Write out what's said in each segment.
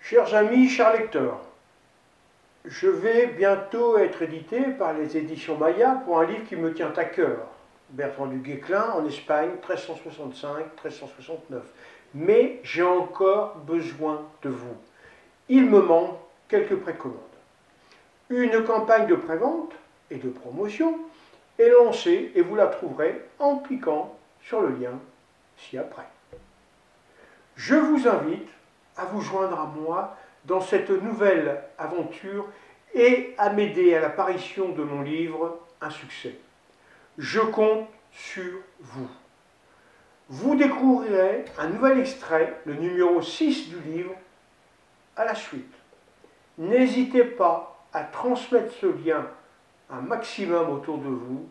Chers amis, chers lecteurs, je vais bientôt être édité par les éditions Maya pour un livre qui me tient à cœur. Bertrand du Guesclin, en Espagne, 1365-1369. Mais j'ai encore besoin de vous. Il me manque quelques précommandes. Une campagne de prévente et de promotion est lancée et vous la trouverez en cliquant sur le lien ci-après. Je vous invite à vous joindre à moi dans cette nouvelle aventure et à m'aider à l'apparition de mon livre Un succès. Je compte sur vous. Vous découvrirez un nouvel extrait, le numéro 6 du livre, à la suite. N'hésitez pas à transmettre ce lien un maximum autour de vous.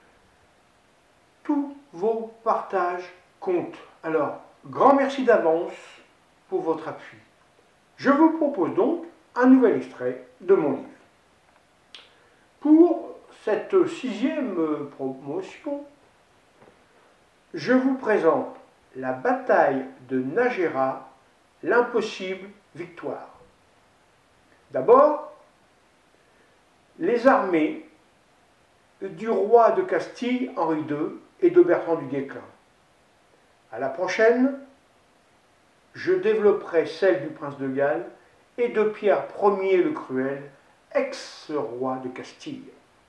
Tous vos partages comptent. Alors, grand merci d'avance pour votre appui. Je vous propose donc un nouvel extrait de mon livre. Pour cette 6e promotion, je vous présente la bataille de Nájera, l'impossible victoire. D'abord, les armées du roi de Castille, Henri II, et de Bertrand du Guesclin. À la prochaine, je développerai celle du prince de Galles et de Pierre Ier le Cruel, ex-roi de Castille.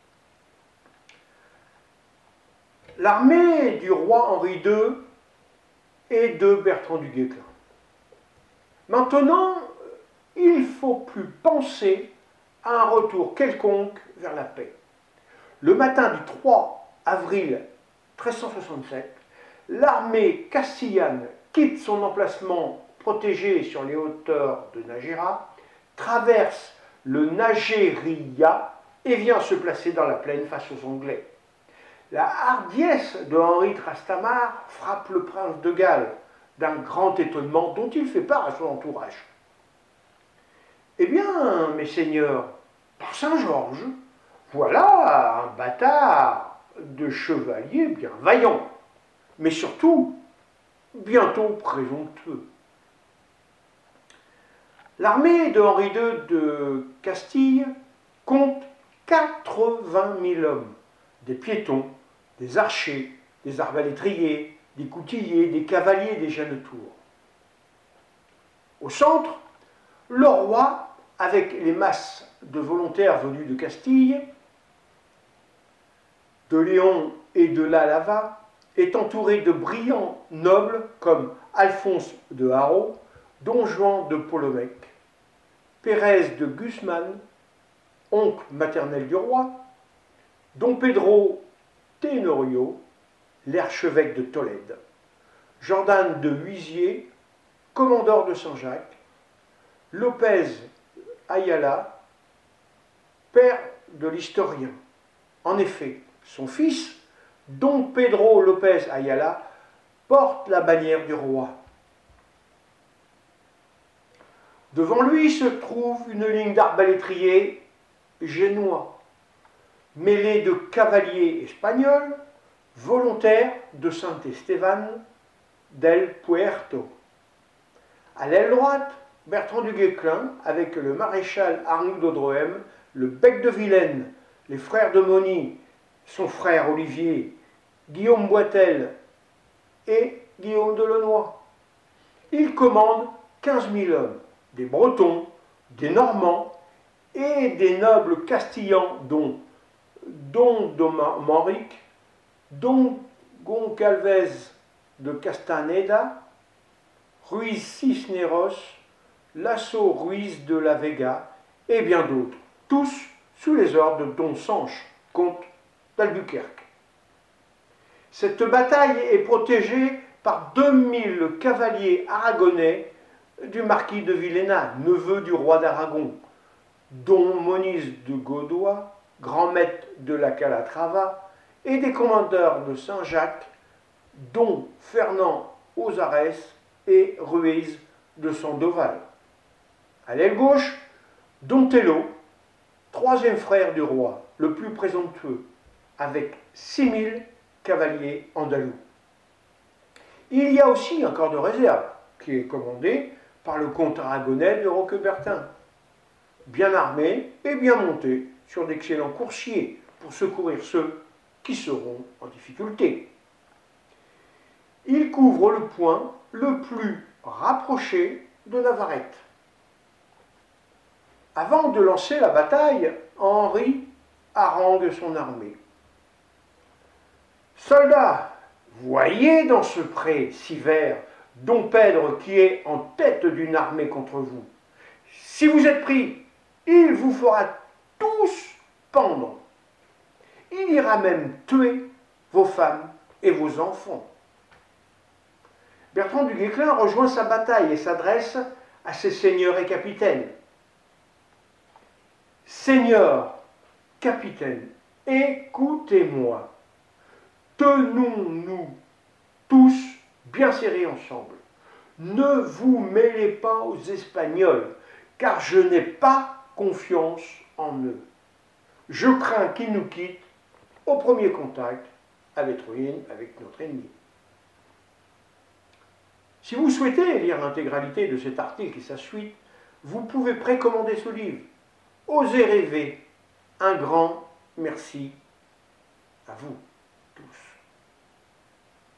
L'armée du roi Henri II et de Bertrand du Guesclin. Maintenant, il ne faut plus penser à un retour quelconque vers la paix. Le matin du 3 avril 1367, l'armée castillane quitte son emplacement protégé sur les hauteurs de Nájera, traverse le Najeria et vient se placer dans la plaine face aux Anglais. La hardiesse de Henri Trastamare frappe le prince de Galles d'un grand étonnement dont il fait part à son entourage. Eh bien, mes seigneurs, par Saint-Georges, voilà un bâtard de chevalier bien vaillant, mais surtout bientôt présomptueux. L'armée de Henri II de Castille compte 80 000 hommes, des piétons, des archers, des arbalétriers, des coutillers, des cavaliers des jeunes tours. Au centre, le roi, avec les masses de volontaires venus de Castille, de Léon et de l'Alava, est entouré de brillants nobles comme Alphonse de Haro, Don Juan de Polomec, Pérez de Guzman, oncle maternel du roi, Don Pedro Tenorio, l'archevêque de Tolède, Jordan de Huisier, commandeur de Saint-Jacques, Lopez Ayala, père de l'historien. En effet, son fils, Don Pedro Lopez Ayala, porte la bannière du roi. Devant lui se trouve une ligne d'arbalétriers génois, mêlée de cavaliers espagnols, volontaires de Saint-Esteban del Puerto. À l'aile droite, Bertrand du Guesclin, avec le maréchal Arnould d'Audrehem, le bec de Vilaine, les frères de Mauny, son frère Olivier, Guillaume Boitel et Guillaume de Launois. Il commande 15 000 hommes, des Bretons, des Normands et des nobles castillans dont Don Manrique, Don Goncalves de Castaneda, Ruiz Cisneros, Lasso Ruiz de la Vega et bien d'autres, tous sous les ordres de Don Sanche, comte d'Albuquerque. Cette bataille est protégée par 2000 cavaliers aragonais du marquis de Villena, neveu du roi d'Aragon, Don Moniz de Godoy, grand maître de la Calatrava, et des commandeurs de Saint-Jacques, Don Fernand Ozares et Ruiz de Sandoval. À l'aile gauche, Don Tello, troisième frère du roi, le plus présomptueux, avec 6000 cavaliers andalous. Il y a aussi un corps de réserve qui est commandé par le comte Aragonel de Roquebertin, bien armé et bien monté sur d'excellents coursiers pour secourir ceux qui seront en difficulté. Il couvre le point le plus rapproché de Navarrete. Avant de lancer la bataille, Henri harangue son armée. Soldats, voyez dans ce pré si vert Dom Pedre qui est en tête d'une armée contre vous. Si vous êtes pris, il vous fera tous pendre. Il ira même tuer vos femmes et vos enfants. Bertrand du Guesclin rejoint sa bataille et s'adresse à ses seigneurs et capitaines. Seigneurs, capitaines, écoutez-moi. Tenons-nous tous bien serrés ensemble. Ne vous mêlez pas aux Espagnols, car je n'ai pas confiance en eux. Je crains qu'ils nous quittent au premier contact avec notre ennemi. Si vous souhaitez lire l'intégralité de cet article et sa suite, vous pouvez précommander ce livre. Osez rêver. Un grand merci à vous.